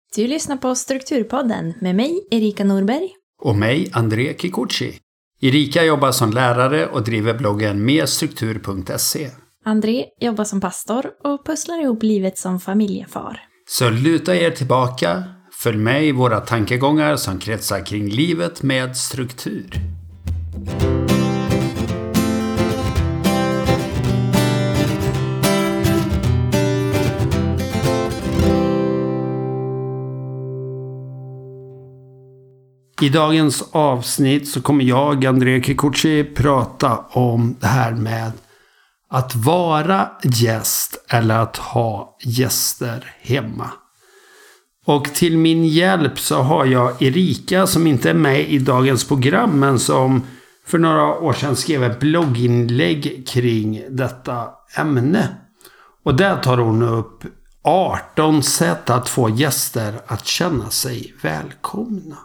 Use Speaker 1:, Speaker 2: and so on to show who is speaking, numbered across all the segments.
Speaker 1: Du lyssnar på Strukturpodden med mig, Erika Norberg.
Speaker 2: Och mig, André Kikuchi. Erika jobbar som lärare och driver bloggen merstruktur.se.
Speaker 1: André jobbar som pastor och pusslar ihop livet som familjefar.
Speaker 2: Så luta er tillbaka, följ med i våra tankegångar som kretsar kring livet med struktur. I dagens avsnitt så kommer jag, André Kikuchi, prata om det här med att vara gäst eller att ha gäster hemma. Och till min hjälp så har jag Erika som inte är med i dagens program men som för några år sedan skrev ett blogginlägg kring detta ämne. Och där tar hon upp 18 sätt att få gäster att känna sig välkomna.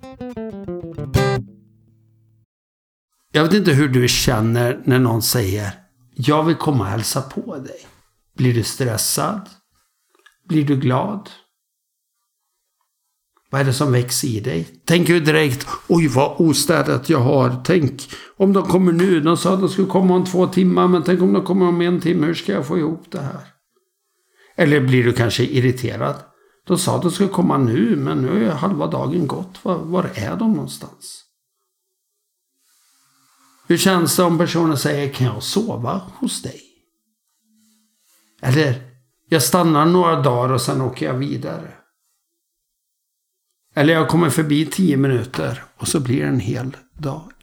Speaker 2: Jag vet inte hur du känner när någon säger jag vill komma och hälsa på dig. Blir du stressad? Blir du glad? Vad är det som växer i dig? Tänker du direkt, oj vad ostädat jag har. Tänk om de kommer nu. De sa att de skulle komma om 2 timmar. Men tänk om de kommer om 1 timme. Hur ska jag få ihop det här? Eller blir du kanske irriterad? De sa att de skulle komma nu. Men nu är halva dagen gått. Var är de någonstans? Hur känns det om personen säger, kan jag sova hos dig? Eller, jag stannar några dagar och sen åker jag vidare. Eller jag kommer förbi 10 minuter och så blir det en hel dag.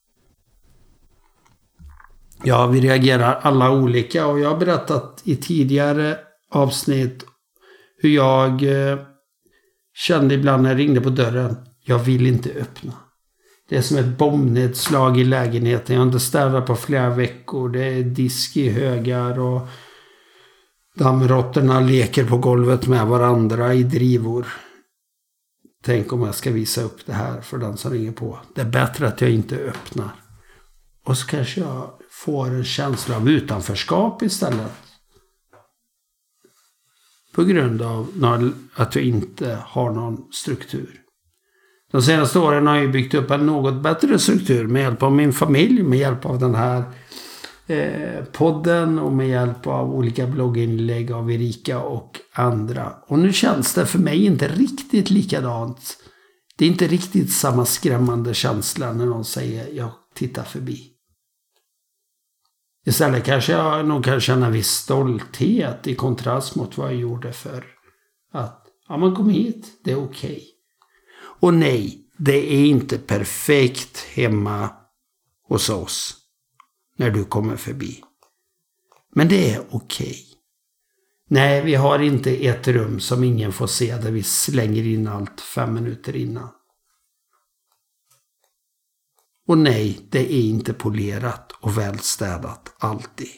Speaker 2: Ja, vi reagerar alla olika och jag har berättat i tidigare avsnitt hur jag kände ibland när jag ringde på dörren. Jag vill inte öppna. Det är som ett bombnedslag i lägenheten. Jag har inte städat på flera veckor. Det är disk i högar och dammråttorna leker på golvet med varandra i drivor. Tänk om jag ska visa upp det här för den som ringer på. Det är bättre att jag inte öppnar. Och så kanske jag får en känsla av utanförskap istället. På grund av att jag inte har någon struktur. De senaste åren har jag byggt upp en något bättre struktur med hjälp av min familj, med hjälp av den här podden och med hjälp av olika blogginlägg av Erika och andra. Och nu känns det för mig inte riktigt likadant. Det är inte riktigt samma skrämmande känsla när någon säger jag tittar förbi. Istället kanske jag nog kan känna en viss stolthet i kontrast mot vad jag gjorde för att ja, man kom hit, det är okej. Och nej, det är inte perfekt hemma hos oss när du kommer förbi. Men det är okej. Nej, vi har inte ett rum som ingen får se där vi slänger in allt 5 minuter innan. Och nej, det är inte polerat och välstädat alltid.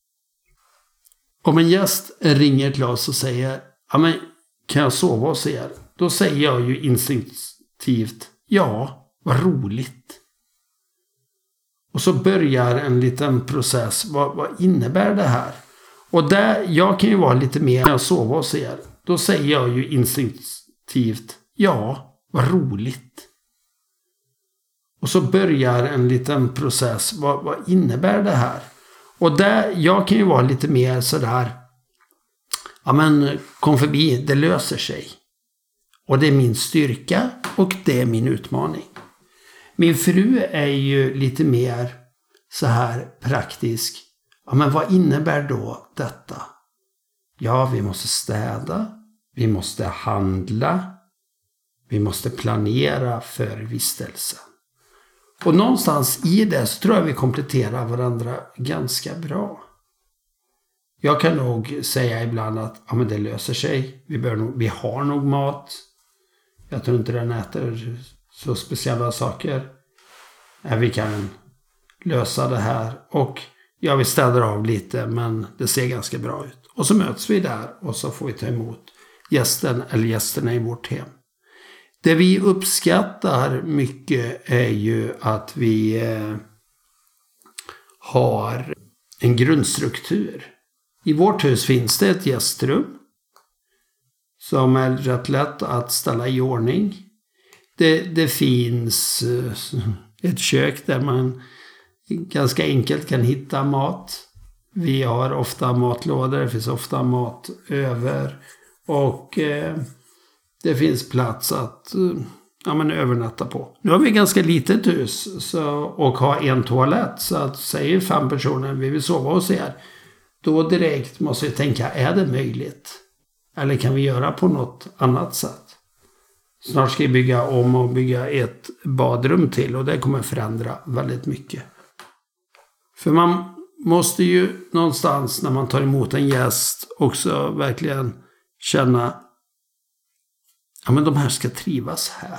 Speaker 2: Om en gäst ringer till oss och säger ja, men kan jag sova hos er? Då säger jag ju instinktivt ja, vad roligt. Och så börjar en liten process. Vad innebär det här? Och där, jag kan ju vara lite mer när jag sover hos er. Då säger jag ju instinktivt ja, vad roligt. Och så börjar en liten process. Vad innebär det här? Och där, jag kan ju vara lite mer sådär. Ja men kom förbi, det löser sig. Och det är min styrka och det är min utmaning. Min fru är ju lite mer så här praktisk. Ja men vad innebär då detta? Ja, vi måste städa. Vi måste handla. Vi måste planera för vistelsen. Och någonstans i det så tror jag vi kompletterar varandra ganska bra. Jag kan nog säga ibland att ja, men det löser sig. Vi har nog mat. Jag tror inte den äter så speciella saker. Vi kan lösa det här. Och ja, vi ställer av lite men det ser ganska bra ut. Och så möts vi där och så får vi ta emot gästen eller gästerna i vårt hem. Det vi uppskattar mycket är ju att vi har en grundstruktur. I vårt hus finns det ett gästrum som är rätt lätt att ställa i ordning. Det finns ett kök där man ganska enkelt kan hitta mat. Vi har ofta matlådor, det finns ofta mat över. Och det finns plats att övernatta på. Nu har vi ganska litet hus och har en toalett. Så att säger 5 personer vi vill sova hos er. Då direkt måste vi tänka, är det möjligt? Eller kan vi göra på något annat sätt? Snart ska vi bygga om och bygga ett badrum till. Och det kommer förändra väldigt mycket. För man måste ju någonstans när man tar emot en gäst också verkligen känna, ja men de här ska trivas här.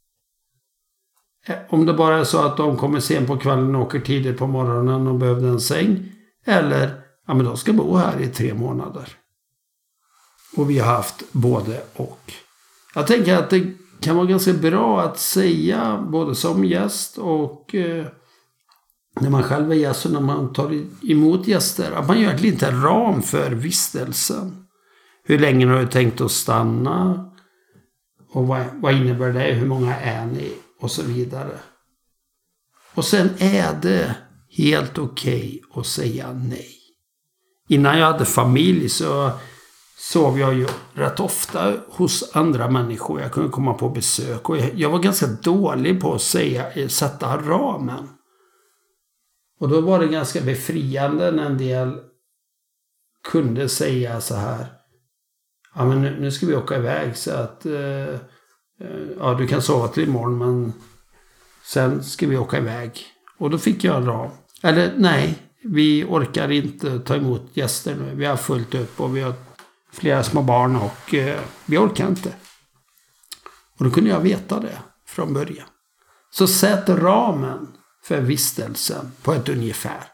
Speaker 2: Om det bara är så att de kommer sen på kvällen och åker tidigt på morgonen och behöver en säng. Eller, ja men de ska bo här i 3 månader. Och vi har haft både och. Jag tänker att det kan vara ganska bra att säga både som gäst och när man själv är gäst och när man tar emot gäster. Att man gör ett litet ram för vistelsen. Hur länge har du tänkt att stanna? Och vad innebär det? Hur många är ni? Och så vidare. Och sen är det helt okej att säga nej. Innan jag hade familj så sov jag ju rätt ofta hos andra människor. Jag kunde komma på besök. Och jag var ganska dålig på att sätta ramen. Och då var det ganska befriande när en del kunde säga så här. Ja men nu ska vi åka iväg så att ja du kan sova till imorgon men sen ska vi åka iväg. Och då fick jag en ram. Eller nej, vi orkar inte ta emot gäster nu. Vi har fullt upp och vi har flera små barn och vi orkar inte. Och då kunde jag veta det från början. Så sätt ramen för vistelsen på ett ungefär.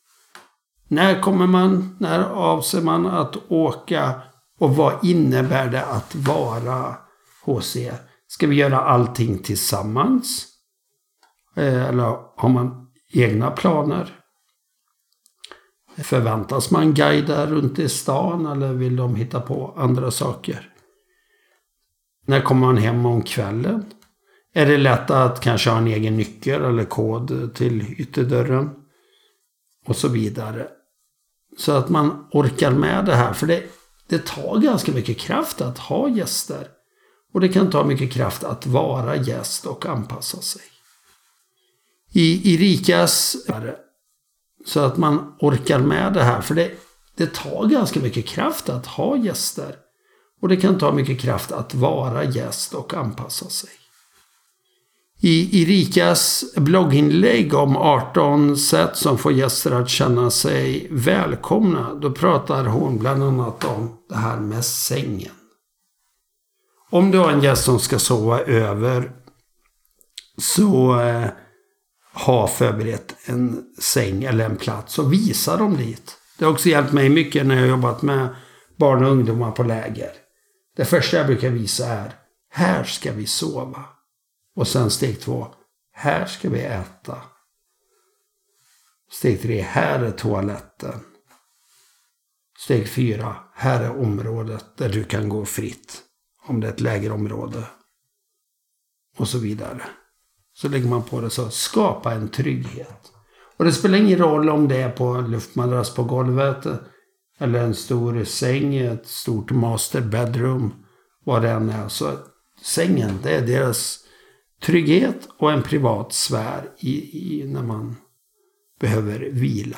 Speaker 2: När avser man att åka och vad innebär det att vara hos er? Ska vi göra allting tillsammans? Eller har man egna planer? Förväntas man guida runt i stan eller vill de hitta på andra saker? När kommer man hem om kvällen? Är det lätt att kanske ha en egen nyckel eller kod till ytterdörren? Och så vidare. Så att man orkar med det här. För det tar ganska mycket kraft att ha gäster. Och det kan ta mycket kraft att vara gäst och anpassa sig. I Rikas så att man orkar med det här. För det tar ganska mycket kraft att ha gäster. Och det kan ta mycket kraft att vara gäst och anpassa sig. I Rikas blogginlägg om 18 sätt som får gäster att känna sig välkomna. Då pratar hon bland annat om det här med sängen. Om du har en gäst som ska sova över så ha förberett en säng eller en plats och visa dem dit. Det har också hjälpt mig mycket när jag har jobbat med barn och ungdomar på läger. Det första jag brukar visa är, här ska vi sova. Och sen steg 2, här ska vi äta. Steg 3, här är toaletten. Steg 4, här är området där du kan gå fritt. Om det är ett lägerområde. Och så vidare. Så lägger man på det så, skapa en trygghet. Och det spelar ingen roll om det är på luftmadrass på golvet. Eller en stor säng, ett stort master bedroom. Vad det än är. Så sängen, det är deras trygghet och en privat sfär när man behöver vila.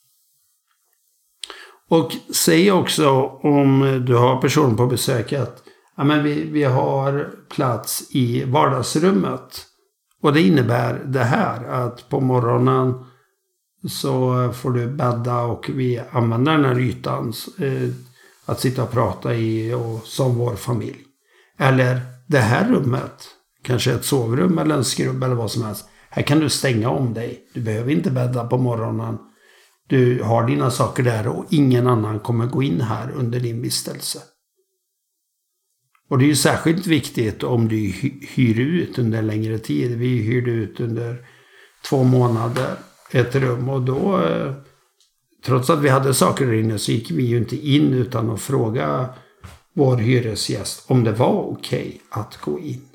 Speaker 2: Och säg också om du har personer på besök att ja, men vi har plats i vardagsrummet. Och det innebär det här att på morgonen så får du bädda och vi använder den här ytan att sitta och prata i och som vår familj. Eller det här rummet, kanske ett sovrum eller en skrubb eller vad som helst. Här kan du stänga om dig. Du behöver inte bädda på morgonen. Du har dina saker där och ingen annan kommer gå in här under din vistelse. Och det är ju särskilt viktigt om du hyr ut under en längre tid. Vi hyrde ut under 2 månader ett rum och då, trots att vi hade saker där inne så gick vi ju inte in utan att fråga vår hyresgäst om det var okej att gå in.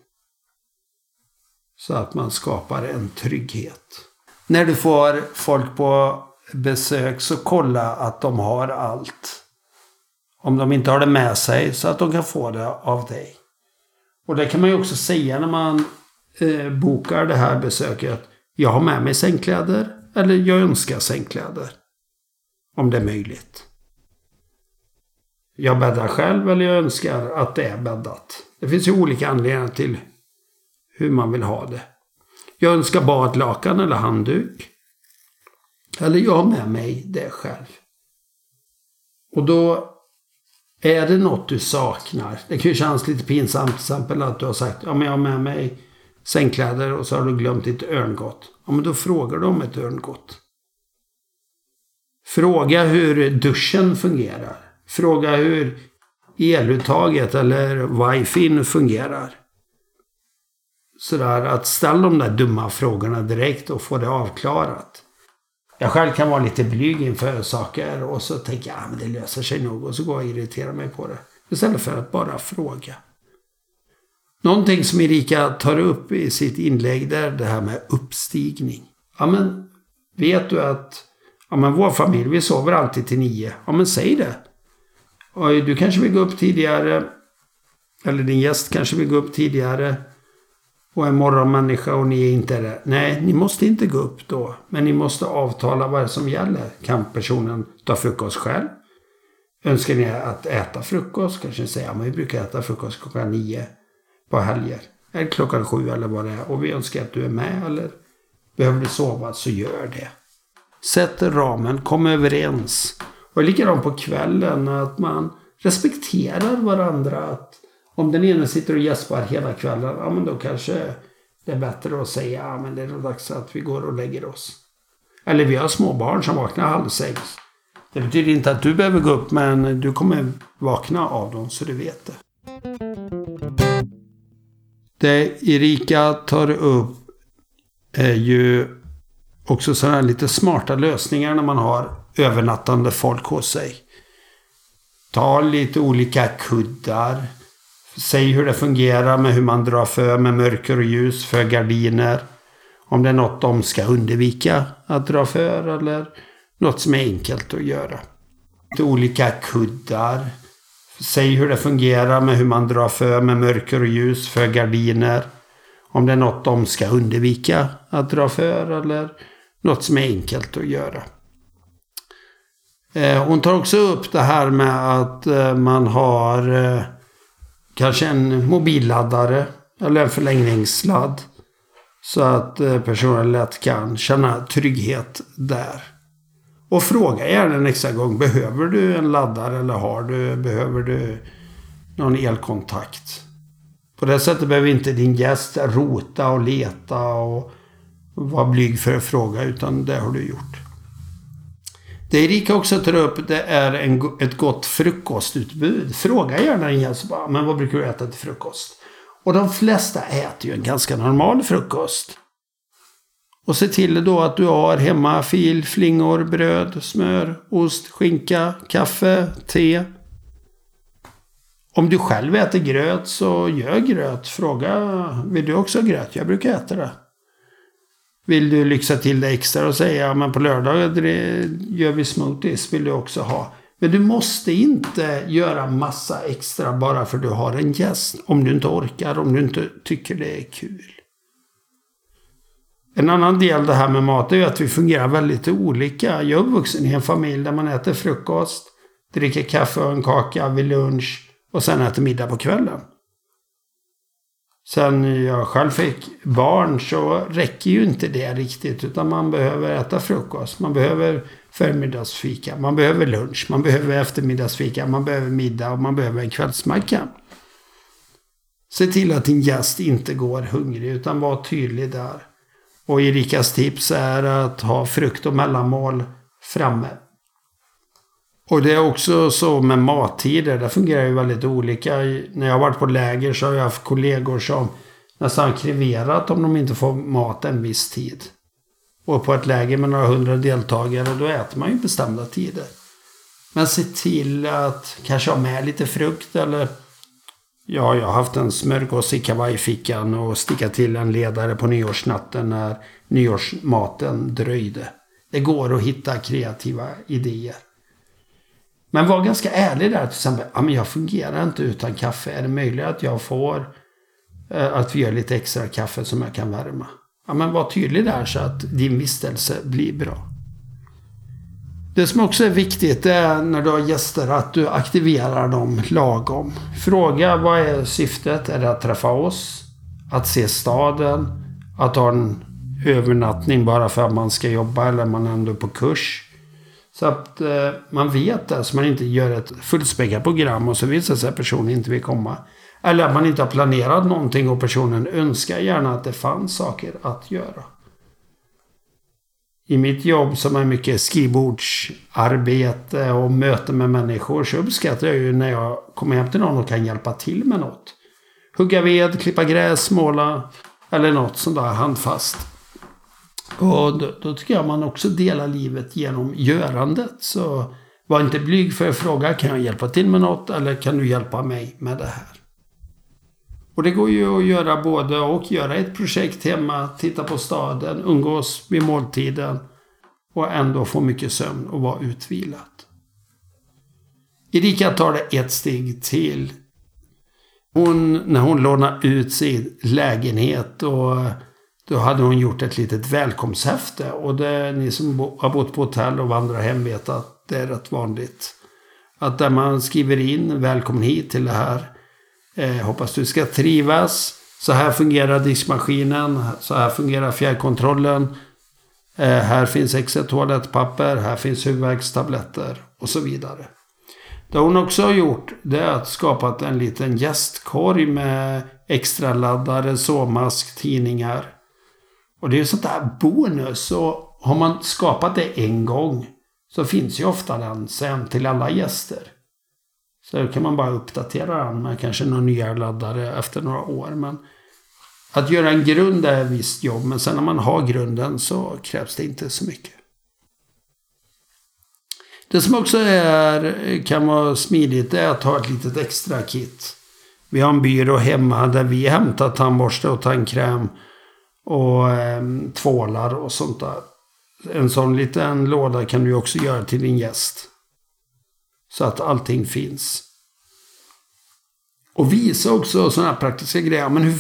Speaker 2: Så att man skapar en trygghet. När du får folk på besök så kolla att de har allt. Om de inte har det med sig så att de kan få det av dig. Och det kan man ju också säga när man bokar det här besöket. Jag har med mig sängkläder eller jag önskar sängkläder. Om det är möjligt. Jag bäddar själv eller jag önskar att det är bäddat. Det finns ju olika anledningar till hur man vill ha det. Jag önskar badlakan eller handduk. Eller jag har med mig det själv. Och då är det något du saknar. Det kan ju kännas lite pinsamt till exempel att du har sagt ja men jag har med mig sängkläder och så har du glömt ditt örngott. Ja men då frågar du om ett örngott. Fråga hur duschen fungerar. Fråga hur eluttaget eller wifi fungerar. Sådär att ställa de där dumma frågorna direkt och få det avklarat. Jag själv kan vara lite blyg inför saker och så tänker jag men det löser sig nog och så går jag och irriterar mig på det. Istället för att bara fråga. Någonting som Erika tar upp i sitt inlägg där det här med uppstigning. Ja men vet du att ja men vår familj vi sover alltid till 9. Ja men säg det. Och du kanske vill gå upp tidigare. Eller din gäst kanske vill gå upp tidigare. Och en morgonmänniska och ni är inte det. Nej, ni måste inte gå upp då. Men ni måste avtala vad det som gäller. Kan personen ta frukost själv? Önskar ni att äta frukost? Kanske säga att vi brukar äta frukost klockan 9 på helger. Eller klockan 7 eller vad det är. Och vi önskar att du är med eller behöver du sova så gör det. Sätt ramen, kom överens. Och likadant på kvällen att man respekterar varandra. Att om den ena sitter och gäspar hela kvällen, ja men då kanske det är bättre att säga, ja men det är nog dags att vi går och lägger oss. Eller vi har små barn som vaknar 5:30. Det betyder inte att du behöver gå upp, men du kommer vakna av dem så du vet det. Det Erika tar upp är ju också sådana lite smarta lösningar när man har övernattande folk hos sig. Ta lite olika kuddar. Säg hur det fungerar med hur man drar för med mörker och ljus för gardiner. Om det är något de ska undvika att dra för eller något som är enkelt att göra. Lite olika kuddar. Säg hur det fungerar med hur man drar för med mörker och ljus för gardiner. Om det är något de ska undvika att dra för eller något som är enkelt att göra. Hon tar också upp det här med att man har kanske en mobilladdare eller en förlängningssladd så att personen lätt kan känna trygghet där. Och fråga gärna en extra gång, behöver du en laddare eller behöver du någon elkontakt? På det sättet behöver inte din gäst rota och leta och vara blyg för att fråga, utan det har du gjort. Det Erika också tar upp, det är ett gott frukostutbud. Fråga gärna en gäst, men vad brukar du äta till frukost? Och de flesta äter ju en ganska normal frukost. Och se till då att du har hemma fil, flingor, bröd, smör, ost, skinka, kaffe, te. Om du själv äter gröt så gör gröt. Fråga, vill du också ha gröt? Jag brukar äta det. Vill du lyxa till det extra och säga, men på lördag gör vi smoothies, vill du också ha. Men du måste inte göra massa extra bara för du har en gäst. Om du inte orkar, om du inte tycker det är kul. En annan del det här med mat är ju att vi fungerar väldigt olika. Jag är uppvuxen i en familj där man äter frukost, dricker kaffe och en kaka vid lunch och sen äter middag på kvällen. Sen jag själv fick barn så räcker ju inte det riktigt, utan man behöver äta frukost, man behöver förmiddagsfika, man behöver lunch, man behöver eftermiddagsfika, man behöver middag och man behöver en kvällsmacka. Se till att din gäst inte går hungrig utan var tydlig där. Och Erikas tips är att ha frukt och mellanmål framme. Och det är också så med mattider, det fungerar ju väldigt olika. När jag har varit på läger så har jag haft kollegor som nästan kreverat om de inte får mat en viss tid. Och på ett läger med några 100 deltagare, då äter man ju bestämda tider. Men se till att kanske ha med lite frukt eller... Ja, jag har haft en smörgås i kavajfickan och sticka till en ledare på nyårsnatten när nyårsmaten dröjde. Det går att hitta kreativa idéer. Men var ganska ärlig där till exempel. Ja, men jag fungerar inte utan kaffe. Är det möjligt att jag får att vi gör lite extra kaffe som jag kan värma? Ja, men var tydlig där så att din vistelse blir bra. Det som också är viktigt är när du har gäster att du aktiverar dem lagom. Fråga vad är syftet? Är det att träffa oss? Att se staden? Att ha en övernattning bara för att man ska jobba eller man är ändå på kurs? Så att man vet det så man inte gör ett fullspäckat program och så visar sig att personen inte vill komma. Eller att man inte har planerat någonting och personen önskar gärna att det fanns saker att göra. I mitt jobb som är mycket skrivbordsarbete och möte med människor så uppskattar jag ju när jag kommer hem till någon och kan hjälpa till med något. Hugga ved, klippa gräs, måla eller något sånt där handfast. Och då tycker jag man också delar livet genom görandet. Så var inte blyg för att fråga, kan jag hjälpa till med något eller kan du hjälpa mig med det här? Och det går ju att göra både och göra ett projekt hemma, titta på staden, umgås vid måltiden och ändå få mycket sömn och vara utvilat. Erika tar det ett steg till. När hon lånar ut sin lägenhet och då hade hon gjort ett litet välkomsthäfte och det, ni som har bott på hotell och vandrar hem vet att det är rätt vanligt. Att där man skriver in välkommen hit till det här. Hoppas du ska trivas. Så här fungerar diskmaskinen. Så här fungerar fjärrkontrollen. Här finns extra toalettpapper. Här finns huvudvärkstabletter. Och så vidare. Det hon också har gjort det är att skapat en liten gästkorg med extra laddare, sovmask, tidningar. Och det är ju sånt där bonus. Och har man skapat det en gång så finns ju ofta den sen till alla gäster. Så då kan man bara uppdatera den med kanske några nya laddare efter några år. Men att göra en grund är ett visst jobb. Men sen när man har grunden så krävs det inte så mycket. Det som också kan vara smidigt är att ha ett litet extra kit. Vi har en byrå hemma där vi hämtar tandborste och tandkräm och tvålar och sånt där. En sån liten låda kan du också göra till din gäst. Så att allting finns. Och visa också sådana här praktiska grejer. Men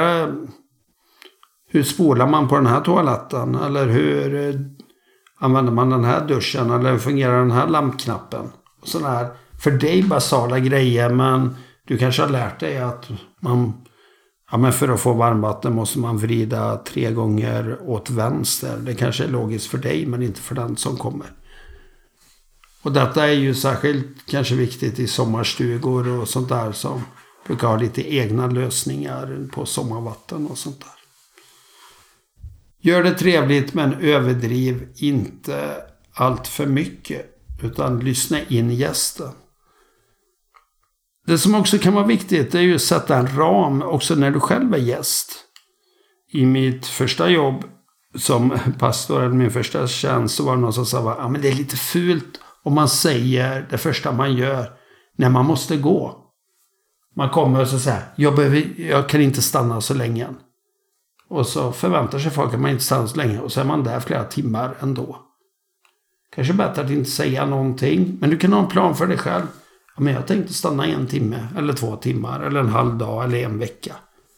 Speaker 2: hur spolar man på den här toaletten? Eller hur använder man den här duschen? Eller hur fungerar den här lampknappen? Och sådana här för dig basala grejer. Men du kanske har lärt dig att men för att få varmvatten måste man vrida 3 gånger åt vänster. Det kanske är logiskt för dig men inte för den som kommer. Och detta är ju särskilt kanske viktigt i sommarstugor och sånt där som brukar ha lite egna lösningar på sommarvatten och sånt där. Gör det trevligt men överdriv inte allt för mycket utan lyssna in gästen. Det som också kan vara viktigt är ju att sätta en ram också när du själv är gäst. I mitt första jobb som pastor, eller min första tjänst, så var det någon som sa men det är lite fult om man säger det första man gör när man måste gå. Man kommer och så säger jag kan inte stanna så länge. Och så förväntar sig folk att man inte stannar så länge och så är man där flera timmar ändå. Kanske bättre att inte säga någonting, men du kan ha en plan för dig själv. Men jag tänkte stanna 1 timme eller 2 timmar eller en halv dag eller 1 vecka.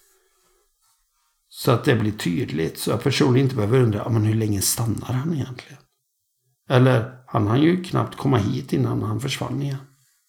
Speaker 2: Så att det blir tydligt så att personen inte behöver undra men hur länge stannar han egentligen? Eller han hann ju knappt komma hit innan han försvann igen.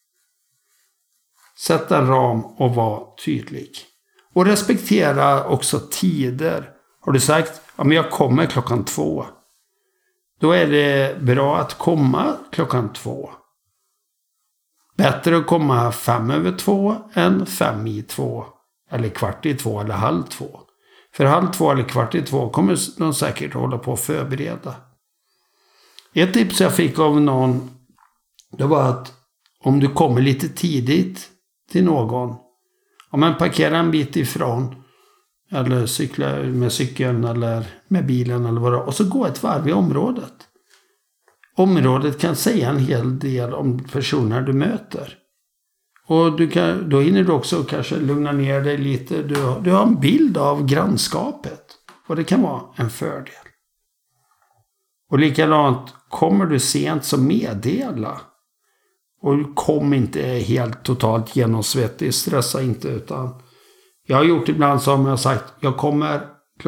Speaker 2: Sätt en ram och var tydlig. Och respektera också tider. Har du sagt men jag kommer 2:00. Då är det bra att komma 2:00. Bättre att komma 2:05 än 2:05 eller 2:15 eller 2:30. För 2:30 eller 2:15 kommer de säkert hålla på att förbereda. Ett tips jag fick av någon det var att om du kommer lite tidigt till någon om man parkerar en bit ifrån eller cyklar med cykeln eller med bilen eller vad det är, och så gå ett varv i området. området kan säga en hel del om personer du möter. Och då hinner du också kanske lugna ner dig lite. Du har en bild av grannskapet. Och det kan vara en fördel. Och likadant, kommer du sent så meddela. Och kom inte helt totalt genomsvettig. Stressa inte, utan jag har gjort ibland som jag sagt. Jag kommer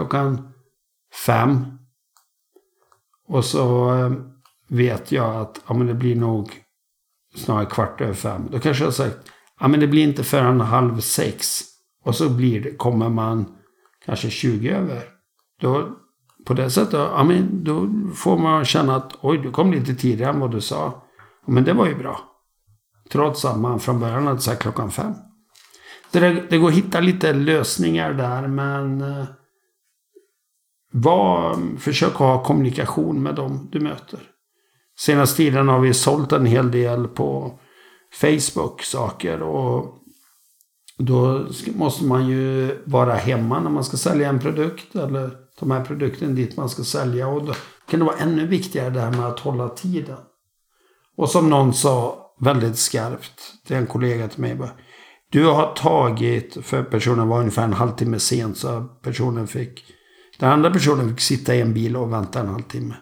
Speaker 2: 5:00. Och så vet jag att men det blir nog snarare 5:15. Då kanske jag har sagt, men det blir inte förrän 5:30. Och så kommer man kanske 20 över. Då, på det sättet, då får man känna att oj, du kom lite tidigare än vad du sa. Men det var ju bra. Trots att man från början hade sagt 5:00. Det går att hitta lite lösningar där, men försök ha kommunikation med dem du möter. Senaste tiden har vi sålt en hel del på Facebook saker, och då måste man ju vara hemma när man ska sälja en produkt eller ta med produkten dit man ska sälja, och då kan det vara ännu viktigare det här med att hålla tiden. Och som någon sa väldigt skarpt till en kollega till mig, du har tagit, för personen var ungefär en halvtimme sen, så den andra personen fick sitta i en bil och vänta en halvtimme.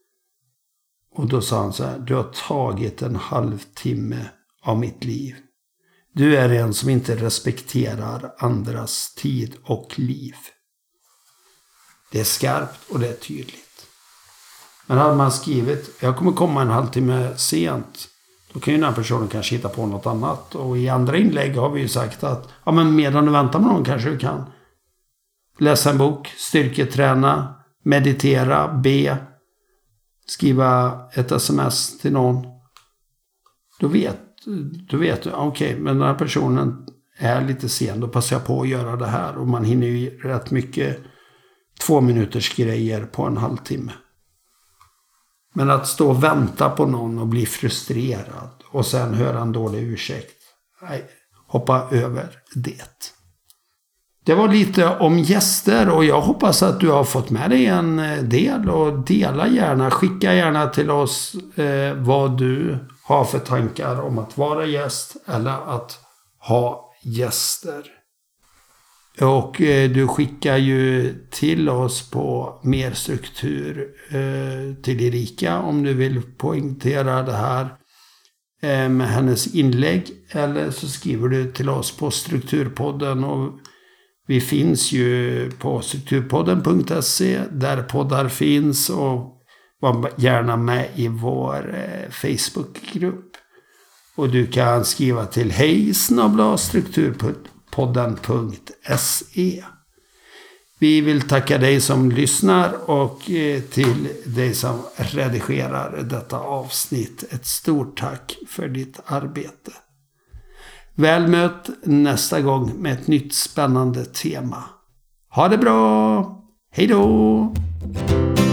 Speaker 2: Och då sa han så här, du har tagit en halvtimme av mitt liv. Du är en som inte respekterar andras tid och liv. Det är skarpt och det är tydligt. Men hade man skrivit, jag kommer komma en halvtimme sent, då kan ju den här personen kanske hitta på något annat. Och i andra inlägg har vi ju sagt att men medan du väntar med någon kanske du kan läsa en bok, styrketräna, meditera, be, skriva ett sms till någon. Då vet du, okej, men den här personen är lite sen, då passar jag på att göra det här. Och man hinner ju rätt mycket 2 minuters grejer på en halvtimme. Men att stå och vänta på någon och bli frustrerad och sen höra en dålig ursäkt, nej, hoppa över det. Det var lite om gäster, och jag hoppas att du har fått med dig en del, och skicka gärna till oss vad du har för tankar om att vara gäst eller att ha gäster. Och du skickar ju till oss på mer struktur till Erika om du vill poängtera det här med hennes inlägg, eller så skriver du till oss på Strukturpodden, och vi finns ju på strukturpodden.se där poddar finns, och var gärna med i vår Facebookgrupp. Och du kan skriva till hej@strukturpodden.se. Vi vill tacka dig som lyssnar, och till dig som redigerar detta avsnitt ett stort tack för ditt arbete. Väl mött nästa gång med ett nytt spännande tema. Ha det bra! Hej då!